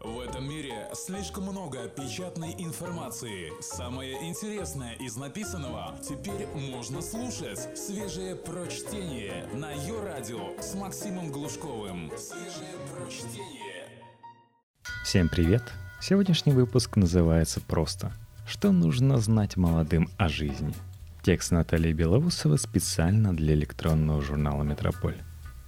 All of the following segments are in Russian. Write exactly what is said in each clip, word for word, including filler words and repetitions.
В этом мире слишком много печатной информации. Самое интересное из написанного теперь можно слушать. Свежее прочтение на Йо-Радио с Максимом Глушковым. Свежее прочтение. Всем привет! Сегодняшний выпуск называется просто «Что нужно знать молодым о жизни?». Текст Натальи Белоусовой специально для электронного журнала «Метрополь».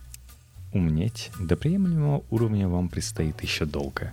Умнеть до приемлемого уровня вам предстоит еще долго.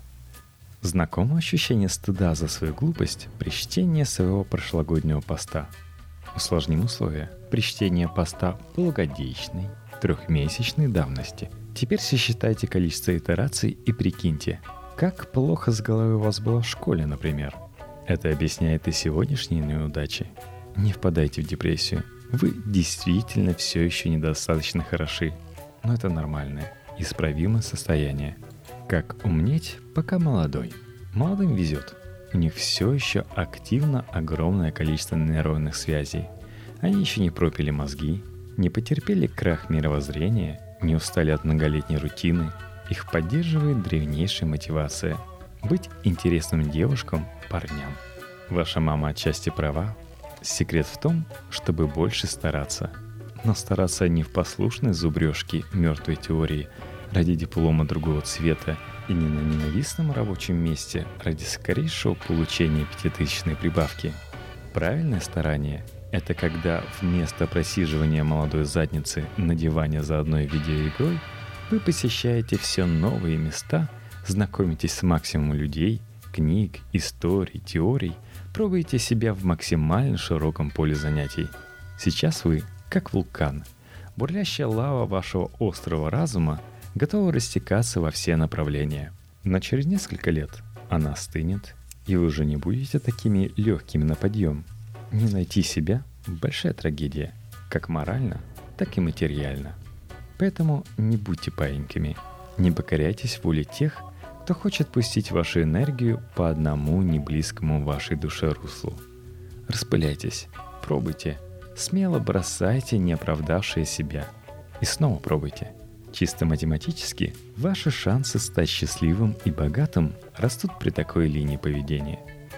Знакомо ощущение стыда за свою глупость при чтении своего прошлогоднего поста? Усложним условия. При чтении поста полугодичной, трехмесячной давности. Теперь сосчитайте количество итераций и прикиньте, как плохо с головой у вас было в школе, например. Это объясняет и сегодняшние неудачи. Не впадайте в депрессию. Вы действительно все еще недостаточно хороши. Но это нормальное, исправимое состояние. Как умнеть, пока молодой? Молодым везет. У них все еще активно огромное количество нейронных связей. Они еще не пропили мозги, не потерпели крах мировоззрения, не устали от многолетней рутины. Их поддерживает древнейшая мотивация – быть интересным девушкам, парням. Ваша мама отчасти права. Секрет в том, чтобы больше стараться. Но стараться не в послушной зубрежке мертвой теории ради диплома другого цвета и не на ненавистном рабочем месте ради скорейшего получения пятитысячной прибавки. Правильное старание – это когда вместо просиживания молодой задницы на диване за одной видеоигрой вы посещаете все новые места, знакомитесь с максимумом людей, книг, историй, теорий, пробуете себя в максимально широком поле занятий. Сейчас вы как вулкан. Бурлящая лава вашего острого разума готова растекаться во все направления. Но через несколько лет она остынет, и вы уже не будете такими легкими на подъем. Не найти себя – большая трагедия, как морально, так и материально. Поэтому не будьте паиньками, не покоряйтесь воле тех, кто хочет пустить вашу энергию по одному неблизкому вашей душе руслу. Распыляйтесь, пробуйте, смело бросайте неоправдавшие себя и снова пробуйте. Чисто математически ваши шансы стать счастливым и богатым растут при такой линии поведения.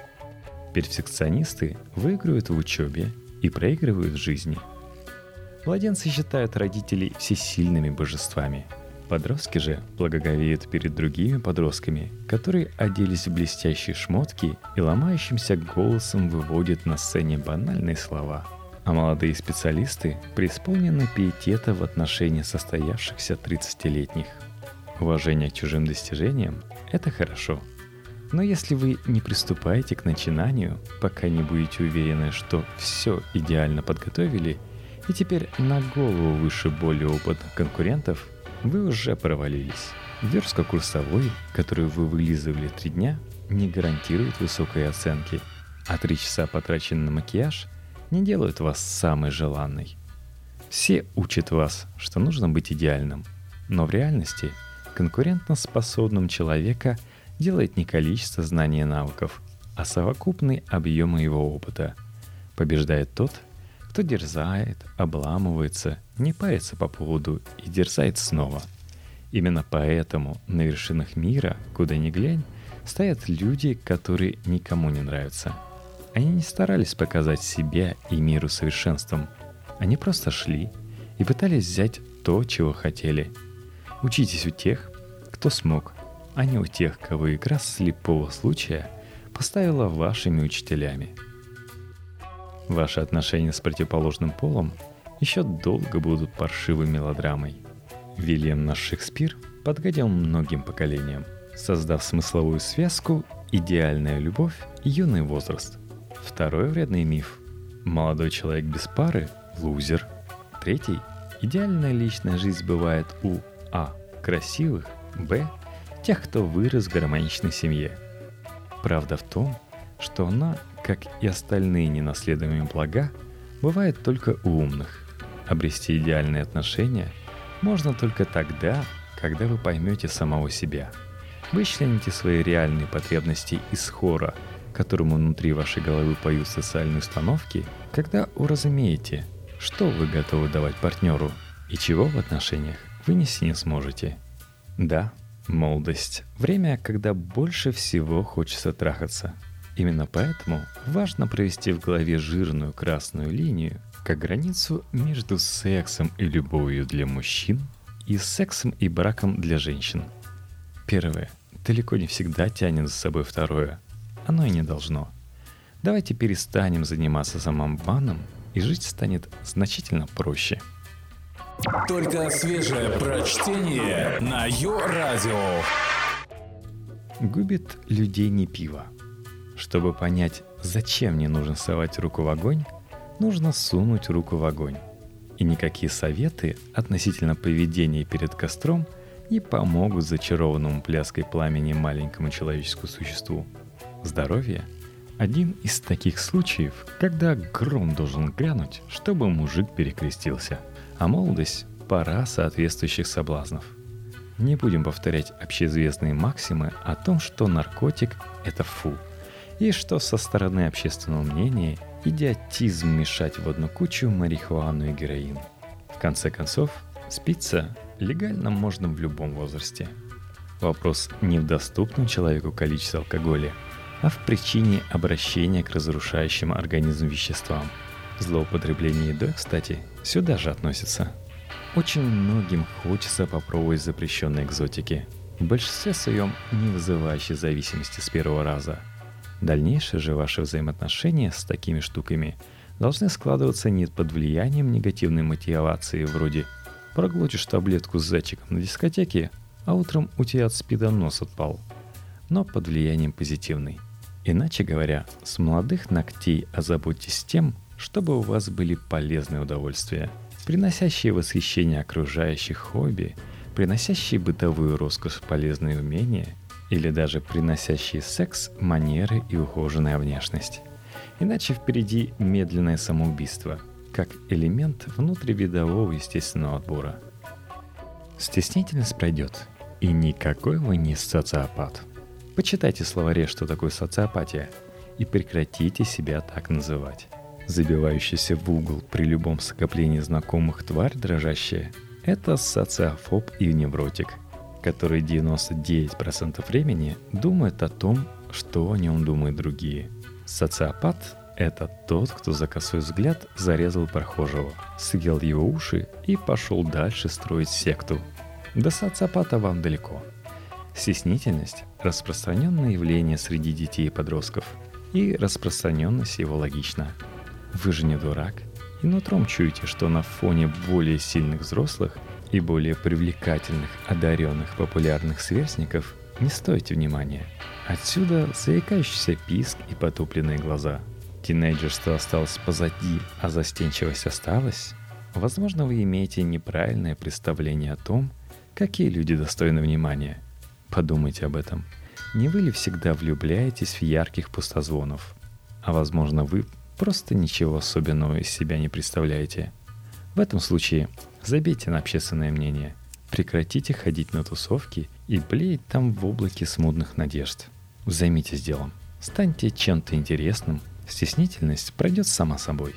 Перфекционисты выигрывают в учебе и проигрывают в жизни. Младенцы считают родителей всесильными божествами. Подростки же благоговеют перед другими подростками, которые оделись в блестящие шмотки и ломающимся голосом выводят на сцене банальные слова. А молодые специалисты преисполнены пиетета в отношении состоявшихся тридцатилетних. Уважение к чужим достижениям – это хорошо. Но если вы не приступаете к начинанию, пока не будете уверены, что все идеально подготовили, и теперь на голову выше более опытных конкурентов, вы уже провалились. Верстка курсовой, которую вы вылизывали три дня, не гарантирует высокой оценки, а три часа, потраченные на макияж, не делают вас самой желанной. Все учат вас, что нужно быть идеальным, но в реальности конкурентоспособным человека делает не количество знаний и навыков, а совокупный объем его опыта. Побеждает тот, кто дерзает, обламывается, не парится по поводу и дерзает снова. Именно поэтому на вершинах мира, куда ни глянь, стоят люди, которые никому не нравятся. Они не старались показать себя и миру совершенством. Они просто шли и пытались взять то, чего хотели. Учитесь у тех, кто смог, а не у тех, кого игра слепого случая поставила вашими учителями. Ваши отношения с противоположным полом еще долго будут паршивой мелодрамой. Вильям наш Шекспир подгадил многим поколениям, создав смысловую связку «Идеальная любовь и юный возраст». Второй вредный миф. Молодой человек без пары – лузер. Третий. Идеальная личная жизнь бывает у а. красивых, б. тех, кто вырос в гармоничной семье. Правда в том, что она, как и остальные ненаследуемые блага, бывает только у умных. Обрести идеальные отношения можно только тогда, когда вы поймете самого себя. Вычлените свои реальные потребности из хора, которому внутри вашей головы поют социальные установки, когда уразумеете, что вы готовы давать партнеру и чего в отношениях вынести не сможете. Да, Молодость – время, когда больше всего хочется трахаться. Именно поэтому важно провести в голове жирную красную линию, как границу между сексом и любовью для мужчин и сексом и браком для женщин. Первое далеко не всегда тянет за собой второе. Оно и не должно. Давайте перестанем заниматься самообманом, и жить станет значительно проще. Только свежее прочтение на Йо-Радио. Губит людей не пиво. Чтобы понять, зачем не нужно совать руку в огонь, нужно сунуть руку в огонь. И никакие советы относительно поведения перед костром не помогут зачарованному пляской пламени маленькому человеческому существу. Здоровье – один из таких случаев, когда гром должен грянуть, чтобы мужик перекрестился. А молодость – пора соответствующих соблазнов. Не будем повторять общеизвестные максимы о том, что наркотик – это фу, и что со стороны общественного мнения идиотизм мешать в одну кучу марихуану и героин. В конце концов, спиться легально можно в любом возрасте. Вопрос не в доступном человеку количестве алкоголя, а в причине обращения к разрушающим организм веществам. Злоупотребление едой, кстати, сюда же относится. Очень многим хочется попробовать запрещенные экзотики, в большинстве своем не вызывающие зависимости с первого раза. Дальнейшие же ваши взаимоотношения с такими штуками должны складываться не под влиянием негативной мотивации вроде «проглотишь таблетку с зайчиком на дискотеке, а утром у тебя от спида нос отпал», но под влиянием позитивной. Иначе говоря, с молодых ногтей озаботьтесь тем, чтобы у вас были полезные удовольствия, приносящие восхищение окружающих хобби, приносящие бытовую роскошь полезные умения или даже приносящие секс, манеры и ухоженная внешность. Иначе впереди медленное самоубийство, как элемент внутривидового естественного отбора. Стеснительность пройдет, и никакой вы не социопат. Почитайте в словаре, что такое социопатия, и прекратите себя так называть. Забивающийся в угол при любом скоплении знакомых тварь дрожащая – это социофоб и невротик, который девяносто девять процентов времени думает о том, что о нем думают другие. Социопат – это тот, кто за косой взгляд зарезал прохожего, съел его уши и пошел дальше строить секту. До социопата вам далеко. Стеснительность – распространенное явление среди детей и подростков, и распространенность его логична. Вы же не дурак, и нутром чуете, что на фоне более сильных взрослых и более привлекательных, одаренных, популярных сверстников не стоите внимания. Отсюда заикающийся писк и потупленные глаза. Тинейджерство осталось позади, а застенчивость осталась. Возможно, вы имеете неправильное представление о том, какие люди достойны внимания. Подумайте об этом. Не вы ли всегда влюбляетесь в ярких пустозвонов? А возможно, вы просто ничего особенного из себя не представляете. В этом случае забейте на общественное мнение. Прекратите ходить на тусовки и блеять там в облаке смутных надежд. Займитесь делом. Станьте чем-то интересным. Стеснительность пройдет сама собой.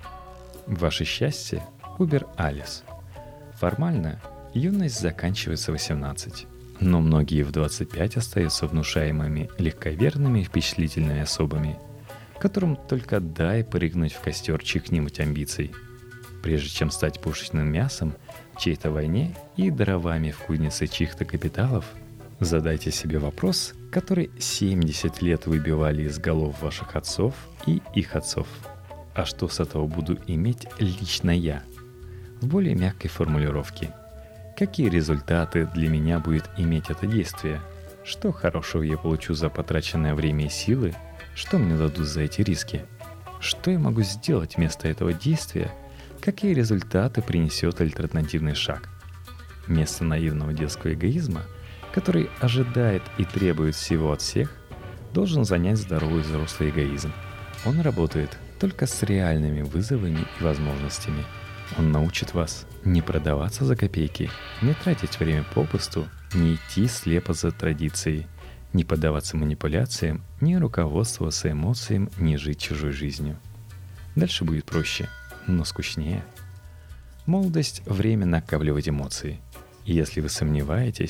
Ваше счастье – Убер Алис. Формально юность заканчивается в восемнадцать. Но многие в двадцать пять остаются внушаемыми, легковерными и впечатлительными особами, которым только дай прыгнуть в костер чьих-нибудь амбиций. Прежде чем стать пушечным мясом в чьей-то войне и дровами в кузнице чьих-то капиталов, задайте себе вопрос, который семьдесят лет выбивали из голов ваших отцов и их отцов. А что с этого буду иметь лично я? В более мягкой формулировке. Какие результаты для меня будет иметь это действие? Что хорошего я получу за потраченное время и силы? Что мне дадут за эти риски? Что я могу сделать вместо этого действия? Какие результаты принесет альтернативный шаг? Вместо наивного детского эгоизма, который ожидает и требует всего от всех, должен занять здоровый взрослый эгоизм. Он работает только с реальными вызовами и возможностями. Он научит вас не продаваться за копейки, не тратить время попусту, не идти слепо за традицией, не поддаваться манипуляциям, не руководствоваться эмоциям, не жить чужой жизнью. Дальше будет проще, но скучнее. Молодость – время накапливать эмоции. И если вы сомневаетесь,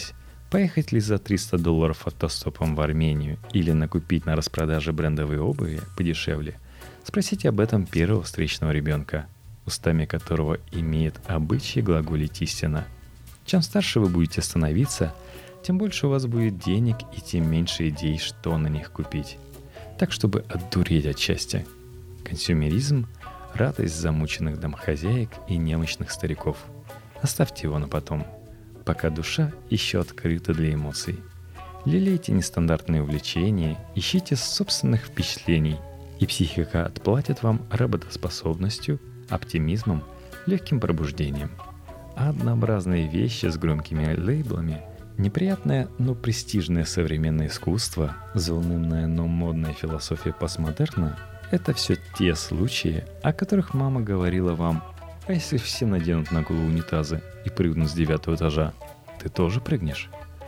Поехать ли за триста долларов автостопом в Армению или накупить на распродаже брендовой обуви подешевле? Спросите об этом первого встречного ребенка, устами которого имеет обычай глаголить истина. Чем старше вы будете становиться, тем больше у вас будет денег и тем меньше идей, что на них купить. Так, чтобы отдуреть от счастья. Консюмеризм – радость замученных домохозяек и немощных стариков. Оставьте его на потом, пока душа еще открыта для эмоций. Лелейте нестандартные увлечения, ищите собственных впечатлений, и психика отплатит вам работоспособностью, оптимизмом, легким пробуждением. А однообразные вещи с громкими лейблами, неприятное, но престижное современное искусство, заунывная, но модная философия постмодерна – это все те случаи, о которых мама говорила вам. А если все наденут на голову унитазы и прыгнут с девятого этажа, ты тоже прыгнешь?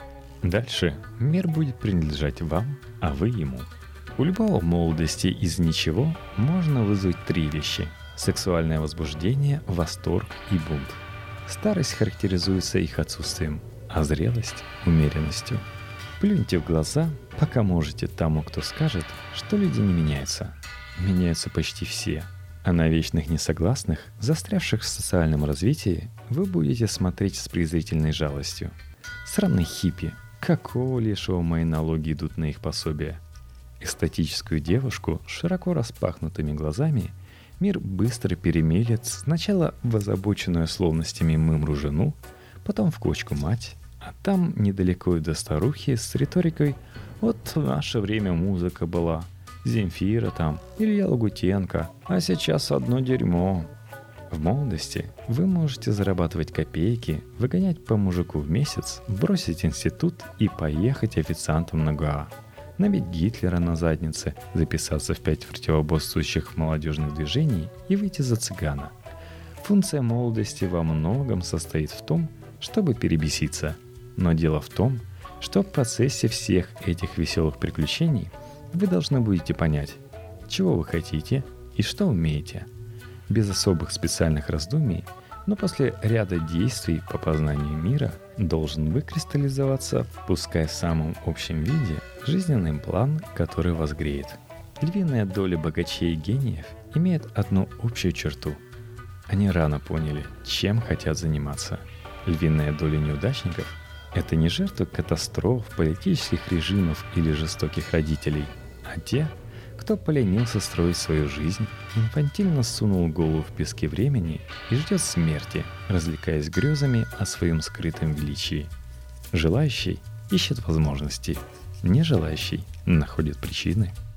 Дальше мир будет принадлежать вам, а вы ему. У любого в молодости из ничего можно вызвать три вещи – сексуальное возбуждение, восторг и бунт. Старость характеризуется их отсутствием, а зрелость – умеренностью. Плюньте в глаза, пока можете, тому, кто скажет, что люди не меняются. Меняются почти все. А на вечных несогласных, застрявших в социальном развитии, вы будете смотреть с презрительной жалостью. Сраные хиппи, какого лешего мои налоги идут на их пособие? Эстетическую девушку с широко распахнутыми глазами мир быстро перемелет сначала в озабоченную условностями мымру жену, потом в кочку мать, а там недалеко и до старухи с риторикой «Вот в наше время музыка была». Земфира там, Илья Лагутенко, а сейчас одно дерьмо. В молодости вы можете зарабатывать копейки, выгонять по мужику в месяц, бросить институт и поехать официантом на ГА, набить Гитлера на заднице, записаться в пять противоборствующих молодежных движений и выйти за цыгана. Функция молодости во многом состоит в том, чтобы перебеситься. Но дело в том, что в процессе всех этих веселых приключений вы должны будете понять, чего вы хотите и что умеете. Без особых специальных раздумий, но после ряда действий по познанию мира должен выкристаллизоваться, пускай в самом общем виде, жизненный план, который вас греет. Львиная доля богачей и гениев имеет одну общую черту. Они рано поняли, чем хотят заниматься. Львиная доля неудачников – это не жертвы катастроф, политических режимов или жестоких родителей, а те, кто поленился строить свою жизнь, инфантильно сунул голову в пески времени и ждет смерти, развлекаясь грезами о своем скрытом величии. Желающий ищет возможности, не желающий находит причины.